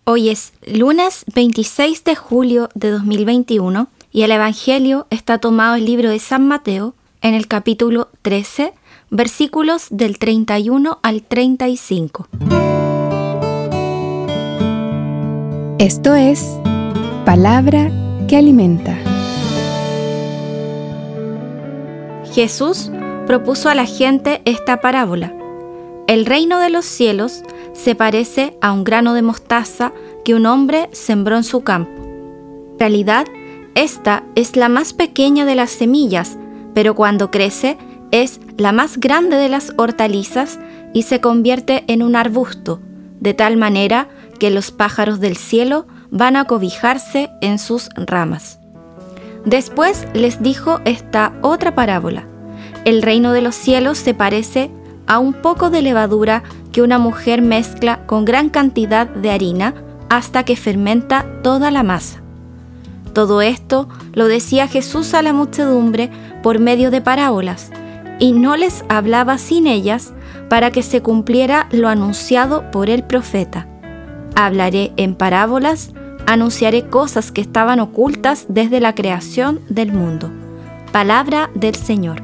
Hoy es lunes 26 de julio de 2021 y el Evangelio está tomado del libro de San Mateo en el capítulo 13, versículos del 31 al 35. Esto es Palabra que Alimenta. Jesús propuso a la gente esta parábola. El reino de los cielos se parece a un grano de mostaza que un hombre sembró en su campo. En realidad, esta es la más pequeña de las semillas, pero cuando crece es la más grande de las hortalizas y se convierte en un arbusto, de tal manera que los pájaros del cielo van a cobijarse en sus ramas. Después les dijo esta otra parábola. El reino de los cielos se parece a un poco de levadura que una mujer mezcla con gran cantidad de harina hasta que fermenta toda la masa. Todo esto lo decía Jesús a la muchedumbre por medio de parábolas, y no les hablaba sin ellas para que se cumpliera lo anunciado por el profeta. Hablaré en parábolas, anunciaré cosas que estaban ocultas desde la creación del mundo. Palabra del Señor.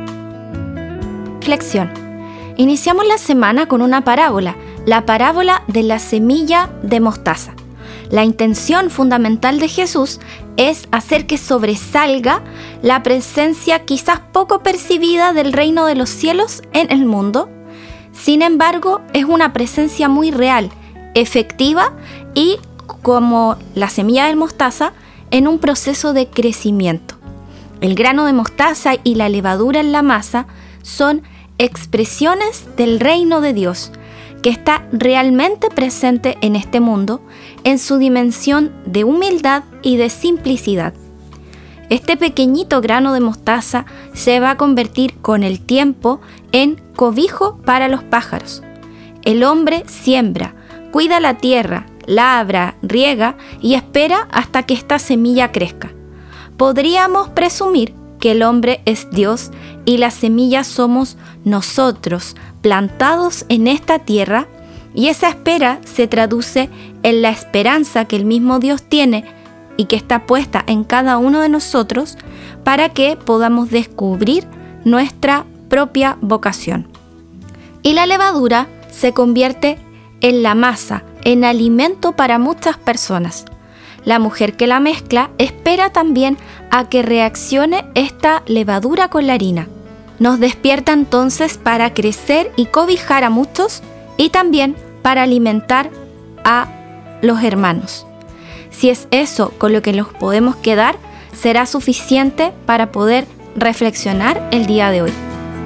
Reflexión. Iniciamos la semana con una parábola, la parábola de la semilla de mostaza. La intención fundamental de Jesús es hacer que sobresalga la presencia quizás poco percibida del reino de los cielos en el mundo. Sin embargo, es una presencia muy real, efectiva y, como la semilla de mostaza, en un proceso de crecimiento. El grano de mostaza y la levadura en la masa son expresiones del reino de Dios, que está realmente presente en este mundo en su dimensión de humildad y de simplicidad. Este pequeñito grano de mostaza se va a convertir con el tiempo en cobijo para los pájaros. El hombre siembra, cuida la tierra, labra, riega y espera hasta que esta semilla crezca. Podríamos presumir que el hombre es Dios y las semillas somos nosotros, plantados en esta tierra, y esa espera se traduce en la esperanza que el mismo Dios tiene y que está puesta en cada uno de nosotros para que podamos descubrir nuestra propia vocación. Y la levadura se convierte en la masa, en alimento para muchas personas. La mujer que la mezcla espera también a que reaccione esta levadura con la harina. Nos despierta entonces para crecer y cobijar a muchos y también para alimentar a los hermanos. Si es eso con lo que nos podemos quedar, será suficiente para poder reflexionar el día de hoy.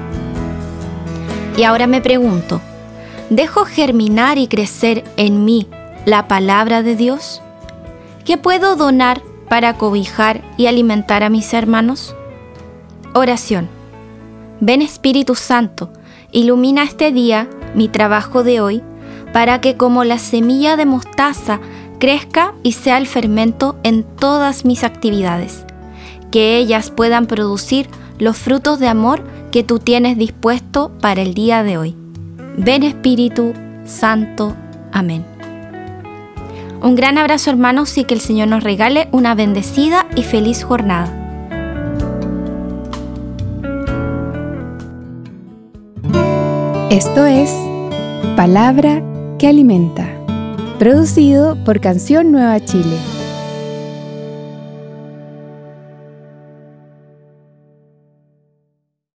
Y ahora me pregunto, ¿dejo germinar y crecer en mí la palabra de Dios? ¿Qué puedo donar para cobijar y alimentar a mis hermanos? Oración. Ven Espíritu Santo, ilumina este día, mi trabajo de hoy, para que como la semilla de mostaza crezca y sea el fermento en todas mis actividades, que ellas puedan producir los frutos de amor que tú tienes dispuesto para el día de hoy. Ven Espíritu Santo. Amén. Un gran abrazo, hermanos, y que el Señor nos regale una bendecida y feliz jornada. Esto es Palabra que Alimenta, producido por Canción Nueva Chile.